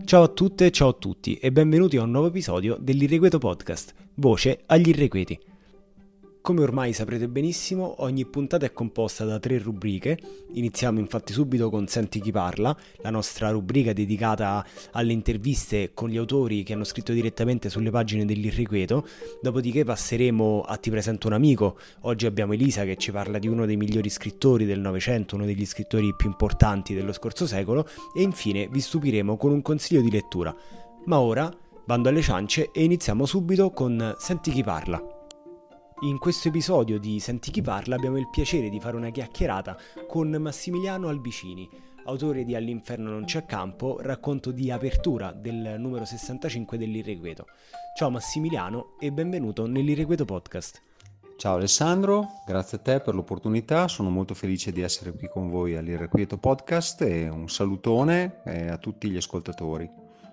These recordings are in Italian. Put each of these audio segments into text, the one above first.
Ciao a tutte, ciao a tutti e benvenuti a un nuovo episodio dell'Irrequieto Podcast, voce agli irrequieti. Come ormai saprete benissimo, ogni puntata è composta da 3 rubriche. Iniziamo infatti subito con Senti chi parla, la nostra rubrica dedicata alle interviste con gli autori che hanno scritto direttamente sulle pagine dell'Irrequieto. Dopodiché passeremo a Ti presento un amico. Oggi abbiamo Elisa che ci parla di uno dei migliori scrittori del Novecento, uno degli scrittori più importanti dello scorso secolo. E infine vi stupiremo con un consiglio di lettura. Ma ora, bando alle ciance e iniziamo subito con Senti chi parla. In questo episodio di Senti chi parla abbiamo il piacere di fare una chiacchierata con Massimiliano Albicini, autore di All'inferno non c'è campo, racconto di apertura del numero 65 dell'Irrequieto. Ciao Massimiliano e benvenuto nell'Irrequieto Podcast. Ciao Alessandro, grazie a te per l'opportunità, sono molto felice di essere qui con voi all'Irrequieto Podcast e un salutone a tutti gli ascoltatori.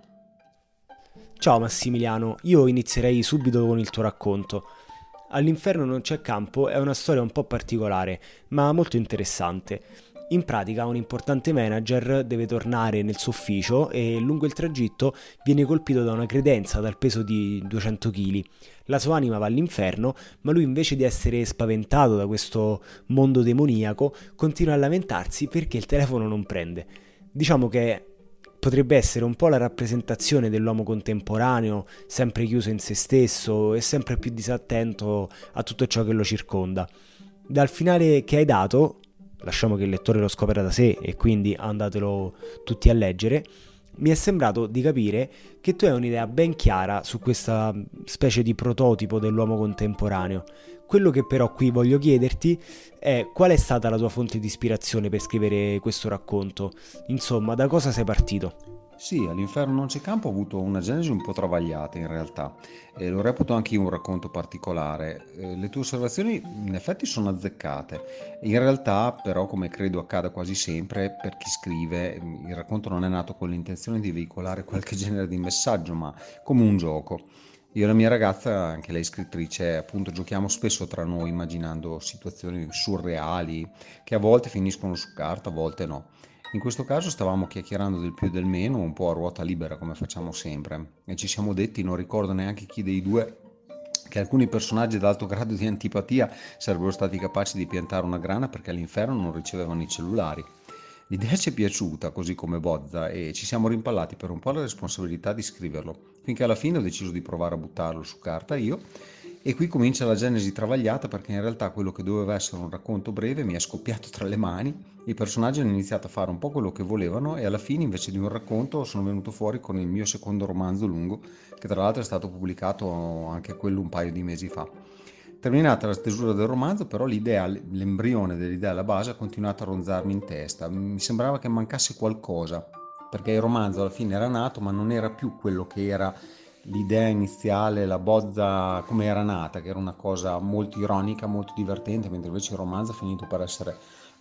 Ciao Massimiliano, io inizierei subito con il tuo racconto. All'inferno non c'è campo è una storia un po' particolare, ma molto interessante. In pratica un importante manager deve tornare nel suo ufficio e lungo il tragitto viene colpito da una credenza dal peso di 200 kg. La sua anima va all'inferno, ma lui invece di essere spaventato da questo mondo demoniaco continua a lamentarsi perché il telefono non prende. Diciamo che potrebbe essere un po' la rappresentazione dell'uomo contemporaneo, sempre chiuso in se stesso e sempre più disattento a tutto ciò che lo circonda. Dal finale che hai dato, lasciamo che il lettore lo scopra da sé e quindi andatelo tutti a leggere, mi è sembrato di capire che tu hai un'idea ben chiara su questa specie di prototipo dell'uomo contemporaneo. Quello che però qui voglio chiederti è qual è stata la tua fonte di ispirazione per scrivere questo racconto? Insomma, da cosa sei partito? Sì, all'Inferno non c'è campo ha avuto una genesi un po' travagliata in realtà e lo reputo anche io un racconto particolare. Le tue osservazioni in effetti sono azzeccate. In realtà però, come credo accada quasi sempre per chi scrive, il racconto non è nato con l'intenzione di veicolare qualche genere di messaggio, ma come un gioco. Io e la mia ragazza, anche lei scrittrice, appunto giochiamo spesso tra noi immaginando situazioni surreali che a volte finiscono su carta, a volte no. In questo caso stavamo chiacchierando del più e del meno, un po' a ruota libera come facciamo sempre, e ci siamo detti, non ricordo neanche chi dei due, che alcuni personaggi ad alto grado di antipatia sarebbero stati capaci di piantare una grana perché all'inferno non ricevevano i cellulari. L'idea ci è piaciuta, così come Bozza, e ci siamo rimpallati per un po' la responsabilità di scriverlo, finché alla fine ho deciso di provare a buttarlo su carta io, e qui comincia la genesi travagliata perché in realtà quello che doveva essere un racconto breve mi è scoppiato tra le mani, i personaggi hanno iniziato a fare un po' quello che volevano e alla fine invece di un racconto sono venuto fuori con il mio secondo romanzo lungo, che tra l'altro è stato pubblicato anche quello un paio di mesi fa. Terminata la stesura del romanzo, però l'idea, l'embrione dell'idea alla base ha continuato a ronzarmi in testa. Mi sembrava che mancasse qualcosa, perché il romanzo alla fine era nato, ma non era più quello che era l'idea iniziale, la bozza come era nata, che era una cosa molto ironica, molto divertente, mentre invece il romanzo è finito per essere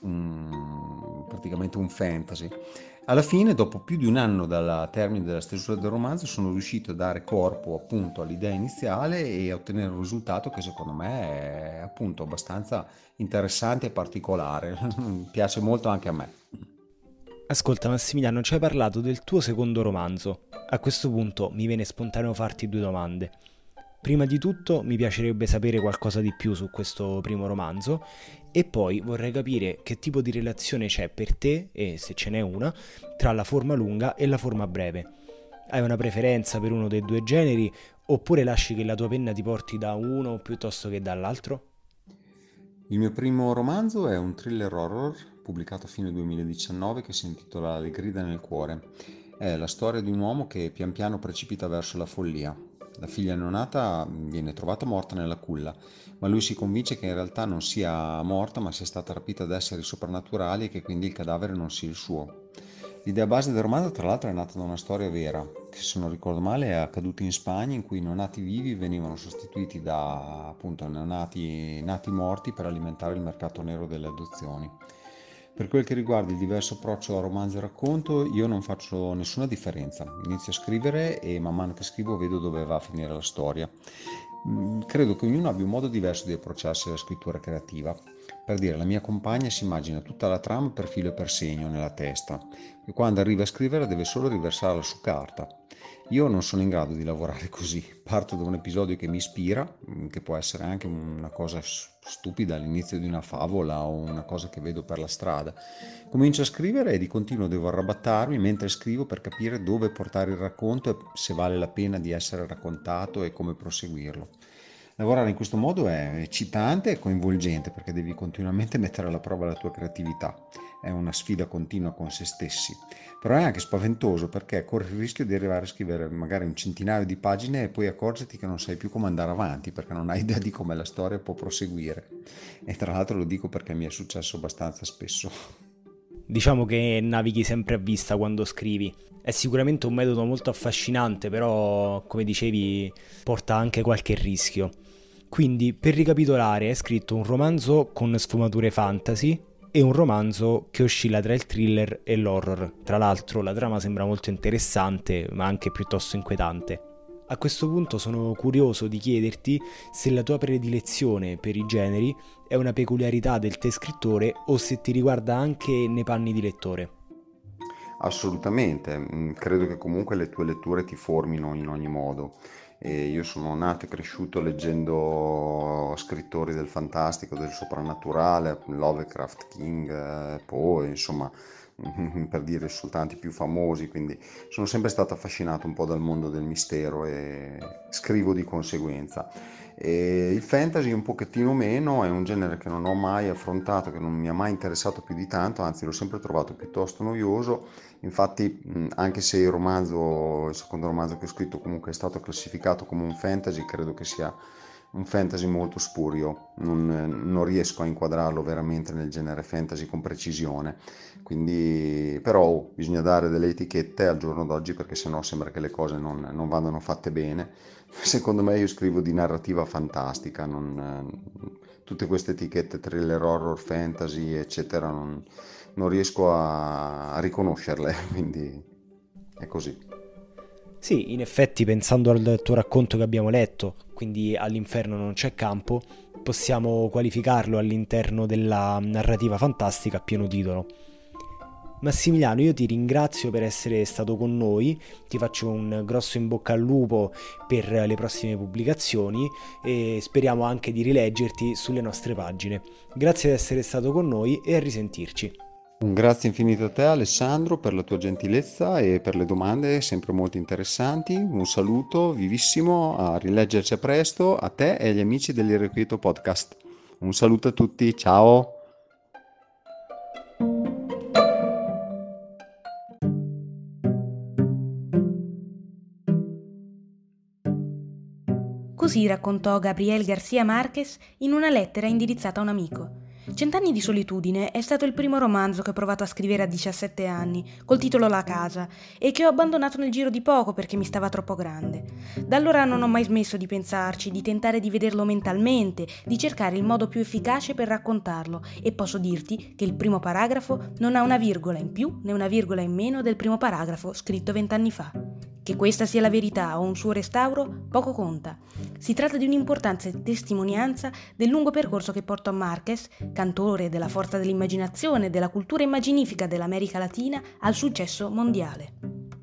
praticamente un fantasy. Alla fine, dopo più di un anno dal termine della stesura del romanzo, sono riuscito a dare corpo appunto all'idea iniziale e a ottenere un risultato che secondo me è appunto abbastanza interessante e particolare. Piace molto anche a me. Ascolta Massimiliano, ci hai parlato del tuo secondo romanzo. A questo punto mi viene spontaneo farti 2 domande. Prima di tutto mi piacerebbe sapere qualcosa di più su questo primo romanzo e poi vorrei capire che tipo di relazione c'è per te, e se ce n'è una, tra la forma lunga e la forma breve. Hai una preferenza per uno dei 2 generi oppure lasci che la tua penna ti porti da uno piuttosto che dall'altro? Il mio primo romanzo è un thriller horror pubblicato a fine 2019 che si intitola Le grida nel cuore. È la storia di un uomo che pian piano precipita verso la follia. La figlia neonata viene trovata morta nella culla, ma lui si convince che in realtà non sia morta ma sia stata rapita da esseri soprannaturali e che quindi il cadavere non sia il suo. L'idea base del romanzo tra l'altro è nata da una storia vera, che se non ricordo male è accaduta in Spagna, in cui i neonati vivi venivano sostituiti da appunto neonati nati morti per alimentare il mercato nero delle adozioni. Per quel che riguarda il diverso approccio a romanzo e racconto, io non faccio nessuna differenza. Inizio a scrivere e man mano che scrivo vedo dove va a finire la storia. Credo che ognuno abbia un modo diverso di approcciarsi alla scrittura creativa. Per dire, la mia compagna si immagina tutta la trama per filo e per segno nella testa e quando arriva a scrivere deve solo riversarla su carta. Io non sono in grado di lavorare così, parto da un episodio che mi ispira, che può essere anche una cosa stupida all'inizio di una favola o una cosa che vedo per la strada. Comincio a scrivere e di continuo devo arrabattarmi mentre scrivo per capire dove portare il racconto e se vale la pena di essere raccontato e come proseguirlo. Lavorare in questo modo è eccitante e coinvolgente perché devi continuamente mettere alla prova la tua creatività. È una sfida continua con se stessi, però è anche spaventoso perché corri il rischio di arrivare a scrivere magari un centinaio di pagine e poi accorgerti che non sai più come andare avanti perché non hai idea di come la storia può proseguire. E tra l'altro lo dico perché mi è successo abbastanza spesso. Diciamo che navighi sempre a vista quando scrivi. È sicuramente un metodo molto affascinante, però, come dicevi, porta anche qualche rischio. Quindi, per ricapitolare, hai scritto un romanzo con sfumature fantasy e un romanzo che oscilla tra il thriller e l'horror. Tra l'altro, la trama sembra molto interessante, ma anche piuttosto inquietante. A questo punto sono curioso di chiederti se la tua predilezione per i generi è una peculiarità del te scrittore o se ti riguarda anche nei panni di lettore. Assolutamente, credo che comunque le tue letture ti formino in ogni modo. E io sono nato e cresciuto leggendo scrittori del fantastico, del soprannaturale, Lovecraft, King, Poe, insomma, per dire soltanto i più famosi, quindi sono sempre stato affascinato un po' dal mondo del mistero e scrivo di conseguenza. E il fantasy un pochettino meno, è un genere che non ho mai affrontato, che non mi ha mai interessato più di tanto, anzi l'ho sempre trovato piuttosto noioso. Infatti, anche se il secondo romanzo che ho scritto comunque è stato classificato come un fantasy, credo che sia un fantasy molto spurio, non riesco a inquadrarlo veramente nel genere fantasy con precisione, quindi però bisogna dare delle etichette al giorno d'oggi perché sennò sembra che le cose non vadano fatte bene. Secondo me io scrivo di narrativa fantastica, tutte queste etichette thriller, horror, fantasy, eccetera, non riesco a riconoscerle, quindi è così. Sì, in effetti pensando al tuo racconto che abbiamo letto, quindi all'inferno non c'è campo, possiamo qualificarlo all'interno della narrativa fantastica a pieno titolo. Massimiliano, io ti ringrazio per essere stato con noi, ti faccio un grosso in bocca al lupo per le prossime pubblicazioni e speriamo anche di rileggerti sulle nostre pagine. Grazie di essere stato con noi e a risentirci. Un grazie infinito a te Alessandro per la tua gentilezza e per le domande sempre molto interessanti. Un saluto vivissimo, a rileggerci a presto a te e agli amici dell'Irrequieto Podcast. Un saluto a tutti, ciao! Così raccontò Gabriel García Márquez in una lettera indirizzata a un amico. Cent'anni di solitudine è stato il primo romanzo che ho provato a scrivere a 17 anni, col titolo La casa, e che ho abbandonato nel giro di poco perché mi stava troppo grande. Da allora non ho mai smesso di pensarci, di tentare di vederlo mentalmente, di cercare il modo più efficace per raccontarlo, e posso dirti che il primo paragrafo non ha una virgola in più né una virgola in meno del primo paragrafo scritto 20 anni fa. Che questa sia la verità o un suo restauro, poco conta. Si tratta di un'importante testimonianza del lungo percorso che portò Márquez, cantore della forza dell'immaginazione e della cultura immaginifica dell'America Latina, al successo mondiale.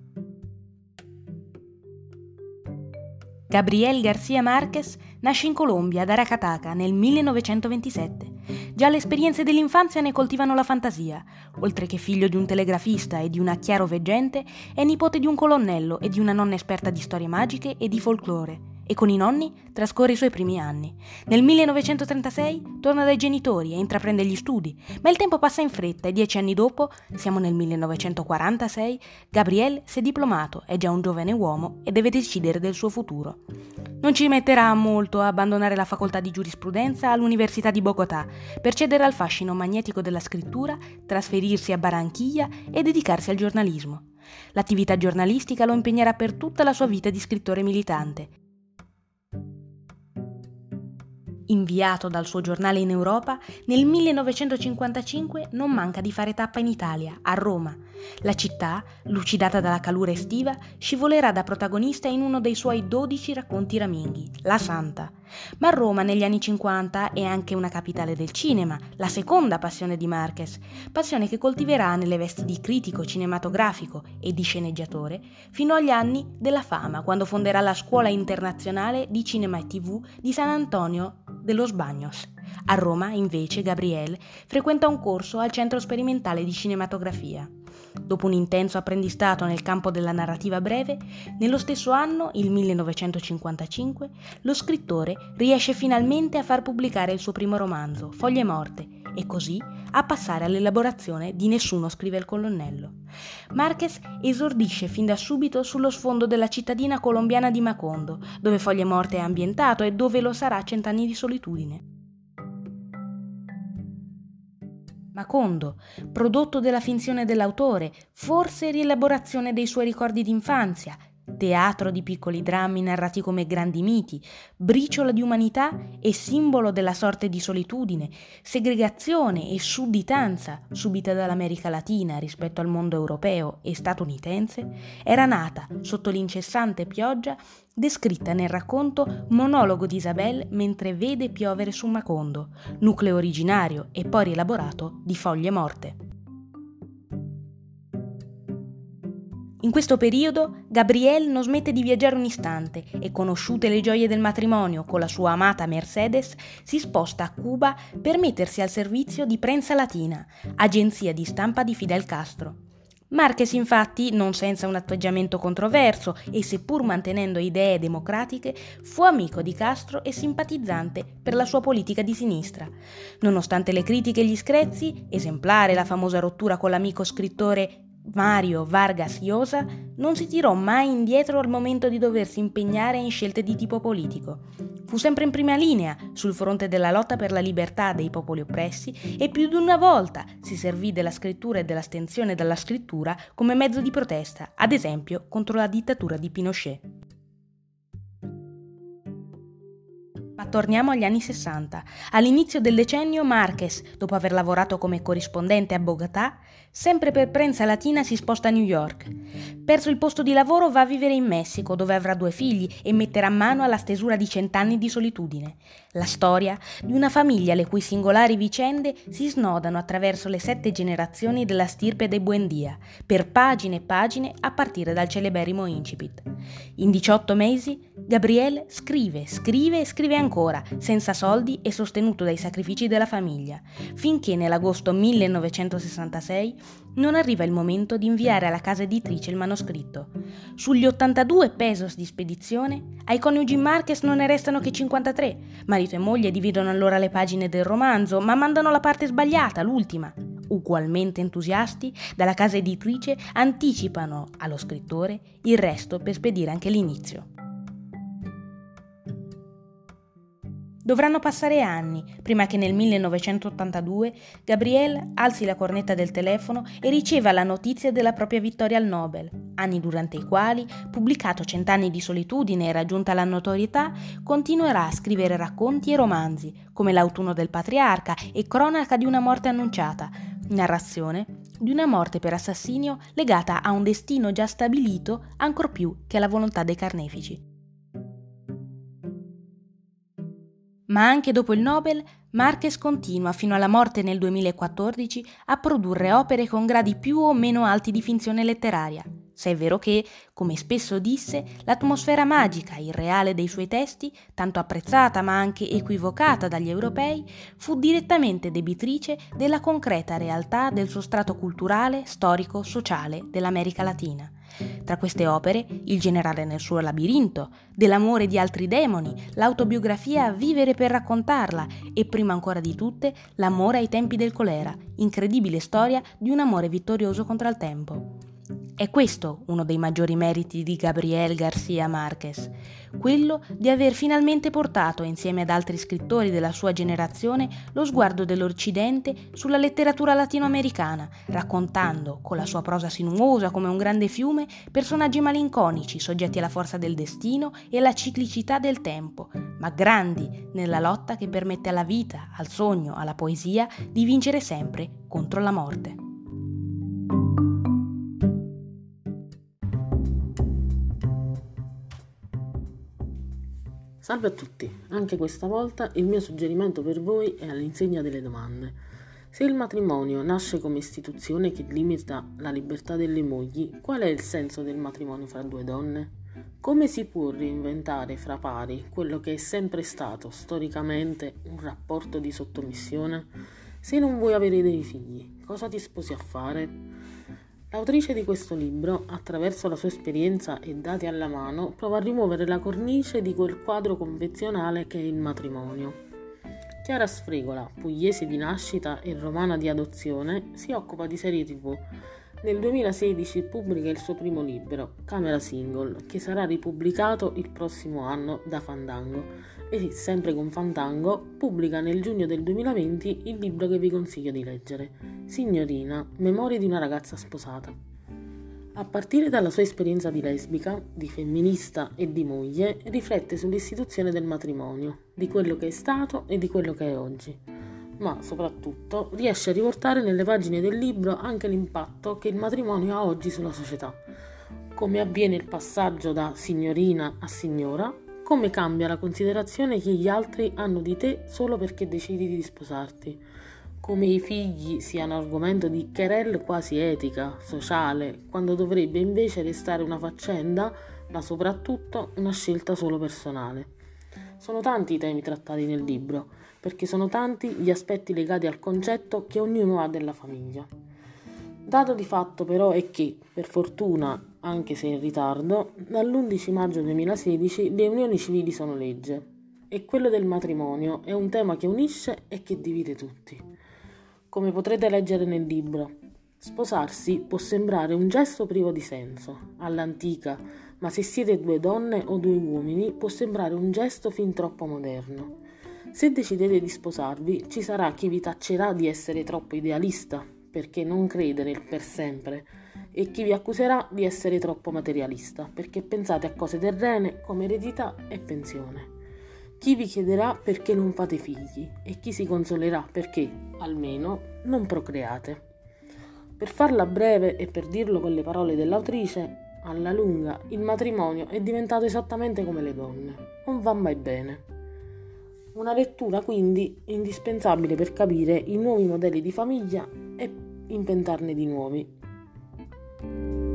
Gabriel García Márquez nasce in Colombia, ad Aracataca, nel 1927. Già le esperienze dell'infanzia ne coltivano la fantasia. Oltre che figlio di un telegrafista e di una chiaroveggente, è nipote di un colonnello e di una nonna esperta di storie magiche e di folklore. E con i nonni trascorre i suoi primi anni. Nel 1936 torna dai genitori e intraprende gli studi, ma il tempo passa in fretta e 10 anni dopo, siamo nel 1946, Gabriel si è diplomato, è già un giovane uomo e deve decidere del suo futuro. Non ci metterà molto a abbandonare la facoltà di giurisprudenza all'Università di Bogotà per cedere al fascino magnetico della scrittura, trasferirsi a Barranquilla e dedicarsi al giornalismo. L'attività giornalistica lo impegnerà per tutta la sua vita di scrittore militante. Inviato dal suo giornale in Europa, nel 1955 non manca di fare tappa in Italia, a Roma. La città, lucidata dalla calura estiva, scivolerà da protagonista in uno dei suoi 12 racconti raminghi, La Santa. Ma Roma negli anni 50 è anche una capitale del cinema, la seconda passione di Márquez, passione che coltiverà nelle vesti di critico cinematografico e di sceneggiatore fino agli anni della fama, quando fonderà la Scuola Internazionale di Cinema e TV di San Antonio de los Baños. A Roma, invece, Gabriel frequenta un corso al Centro Sperimentale di Cinematografia. Dopo un intenso apprendistato nel campo della narrativa breve, nello stesso anno, il 1955, lo scrittore riesce finalmente a far pubblicare il suo primo romanzo, Foglie Morte, e così a passare all'elaborazione di Nessuno scrive il colonnello. Márquez esordisce fin da subito sullo sfondo della cittadina colombiana di Macondo, dove Foglie Morte è ambientato e dove lo sarà Cent'anni di solitudine. Macondo, prodotto della finzione dell'autore, forse rielaborazione dei suoi ricordi d'infanzia, teatro di piccoli drammi narrati come grandi miti, briciola di umanità e simbolo della sorte di solitudine, segregazione e sudditanza subita dall'America Latina rispetto al mondo europeo e statunitense, era nata sotto l'incessante pioggia descritta nel racconto Monologo di Isabel mentre vede piovere su Macondo, nucleo originario e poi rielaborato di Foglie Morte. In questo periodo Gabriel non smette di viaggiare un istante e, conosciute le gioie del matrimonio con la sua amata Mercedes, si sposta a Cuba per mettersi al servizio di Prensa Latina, agenzia di stampa di Fidel Castro. Márquez, infatti, non senza un atteggiamento controverso e seppur mantenendo idee democratiche, fu amico di Castro e simpatizzante per la sua politica di sinistra. Nonostante le critiche e gli screzi, esemplare la famosa rottura con l'amico scrittore Mario Vargas Llosa, non si tirò mai indietro al momento di doversi impegnare in scelte di tipo politico. Fu sempre in prima linea sul fronte della lotta per la libertà dei popoli oppressi e più di una volta si servì della scrittura e dell'astensione dalla scrittura come mezzo di protesta, ad esempio contro la dittatura di Pinochet. Ma torniamo agli anni 60. All'inizio del decennio Márquez, dopo aver lavorato come corrispondente a Bogotà, sempre per Prensa Latina si sposta a New York. Perso il posto di lavoro va a vivere in Messico, dove avrà 2 figli e metterà mano alla stesura di Cent'anni di solitudine. La storia di una famiglia le cui singolari vicende si snodano attraverso le 7 generazioni della stirpe dei Buendía, per pagine e pagine a partire dal celeberrimo incipit. In 18 mesi Gabriel scrive e scrive ancora, senza soldi e sostenuto dai sacrifici della famiglia, finché nell'agosto 1966 non arriva il momento di inviare alla casa editrice il manoscritto. Sugli 82 pesos di spedizione, ai coniugi Márquez non ne restano che 53. Marito e moglie dividono allora le pagine del romanzo, ma mandano la parte sbagliata, l'ultima. Ugualmente entusiasti, dalla casa editrice anticipano allo scrittore il resto per spedire anche l'inizio. Dovranno passare anni prima che nel 1982 Gabriel alzi la cornetta del telefono e riceva la notizia della propria vittoria al Nobel, anni durante i quali, pubblicato Cent'anni di solitudine e raggiunta la notorietà, continuerà a scrivere racconti e romanzi, come L'autunno del patriarca e Cronaca di una morte annunciata, narrazione di una morte per assassinio legata a un destino già stabilito ancor più che alla volontà dei carnefici. Ma anche dopo il Nobel, Márquez continua fino alla morte nel 2014 a produrre opere con gradi più o meno alti di finzione letteraria, se è vero che, come spesso disse, l'atmosfera magica e irreale dei suoi testi, tanto apprezzata ma anche equivocata dagli europei, fu direttamente debitrice della concreta realtà del suo strato culturale, storico, sociale dell'America Latina. Tra queste opere, Il generale nel suo labirinto, Dell'amore di altri demoni, l'autobiografia Vivere per raccontarla e, prima ancora di tutte, L'amore ai tempi del colera, incredibile storia di un amore vittorioso contro il tempo. È questo uno dei maggiori meriti di Gabriel García Márquez, quello di aver finalmente portato, insieme ad altri scrittori della sua generazione, lo sguardo dell'Occidente sulla letteratura latinoamericana, raccontando, con la sua prosa sinuosa come un grande fiume, personaggi malinconici soggetti alla forza del destino e alla ciclicità del tempo, ma grandi nella lotta che permette alla vita, al sogno, alla poesia di vincere sempre contro la morte. Salve a tutti, anche questa volta il mio suggerimento per voi è all'insegna delle domande. Se il matrimonio nasce come istituzione che limita la libertà delle mogli, qual è il senso del matrimonio fra due donne? Come si può reinventare fra pari quello che è sempre stato storicamente un rapporto di sottomissione? Se non vuoi avere dei figli, cosa ti sposi a fare? L'autrice di questo libro, attraverso la sua esperienza e dati alla mano, prova a rimuovere la cornice di quel quadro convenzionale che è il matrimonio. Chiara Sfregola, pugliese di nascita e romana di adozione, si occupa di serie TV. Nel 2016 pubblica il suo primo libro, Camera Single, che sarà ripubblicato il prossimo anno da Fandango, e sempre con Fandango pubblica nel giugno del 2020 il libro che vi consiglio di leggere, Signorina, memorie di una ragazza sposata. A partire dalla sua esperienza di lesbica, di femminista e di moglie, riflette sull'istituzione del matrimonio, di quello che è stato e di quello che è oggi. Ma soprattutto riesce a riportare nelle pagine del libro anche l'impatto che il matrimonio ha oggi sulla società, come avviene il passaggio da signorina a signora, come cambia la considerazione che gli altri hanno di te solo perché decidi di sposarti, come i figli siano argomento di querelle quasi etica, sociale, quando dovrebbe invece restare una faccenda, ma soprattutto una scelta solo personale. Sono tanti i temi trattati nel libro, perché sono tanti gli aspetti legati al concetto che ognuno ha della famiglia. Dato di fatto però è che, per fortuna, anche se in ritardo, dall'11 maggio 2016 le unioni civili sono legge e quello del matrimonio è un tema che unisce e che divide tutti. Come potrete leggere nel libro, sposarsi può sembrare un gesto privo di senso, all'antica, ma se siete due donne o due uomini può sembrare un gesto fin troppo moderno. Se decidete di sposarvi, ci sarà chi vi taccerà di essere troppo idealista, perché non crede nel per sempre, e chi vi accuserà di essere troppo materialista, perché pensate a cose terrene come eredità e pensione. Chi vi chiederà perché non fate figli e chi si consolerà perché, almeno, non procreate. Per farla breve e per dirlo con le parole dell'autrice, alla lunga il matrimonio è diventato esattamente come le donne, non va mai bene. Una lettura quindi indispensabile per capire i nuovi modelli di famiglia e inventarne di nuovi.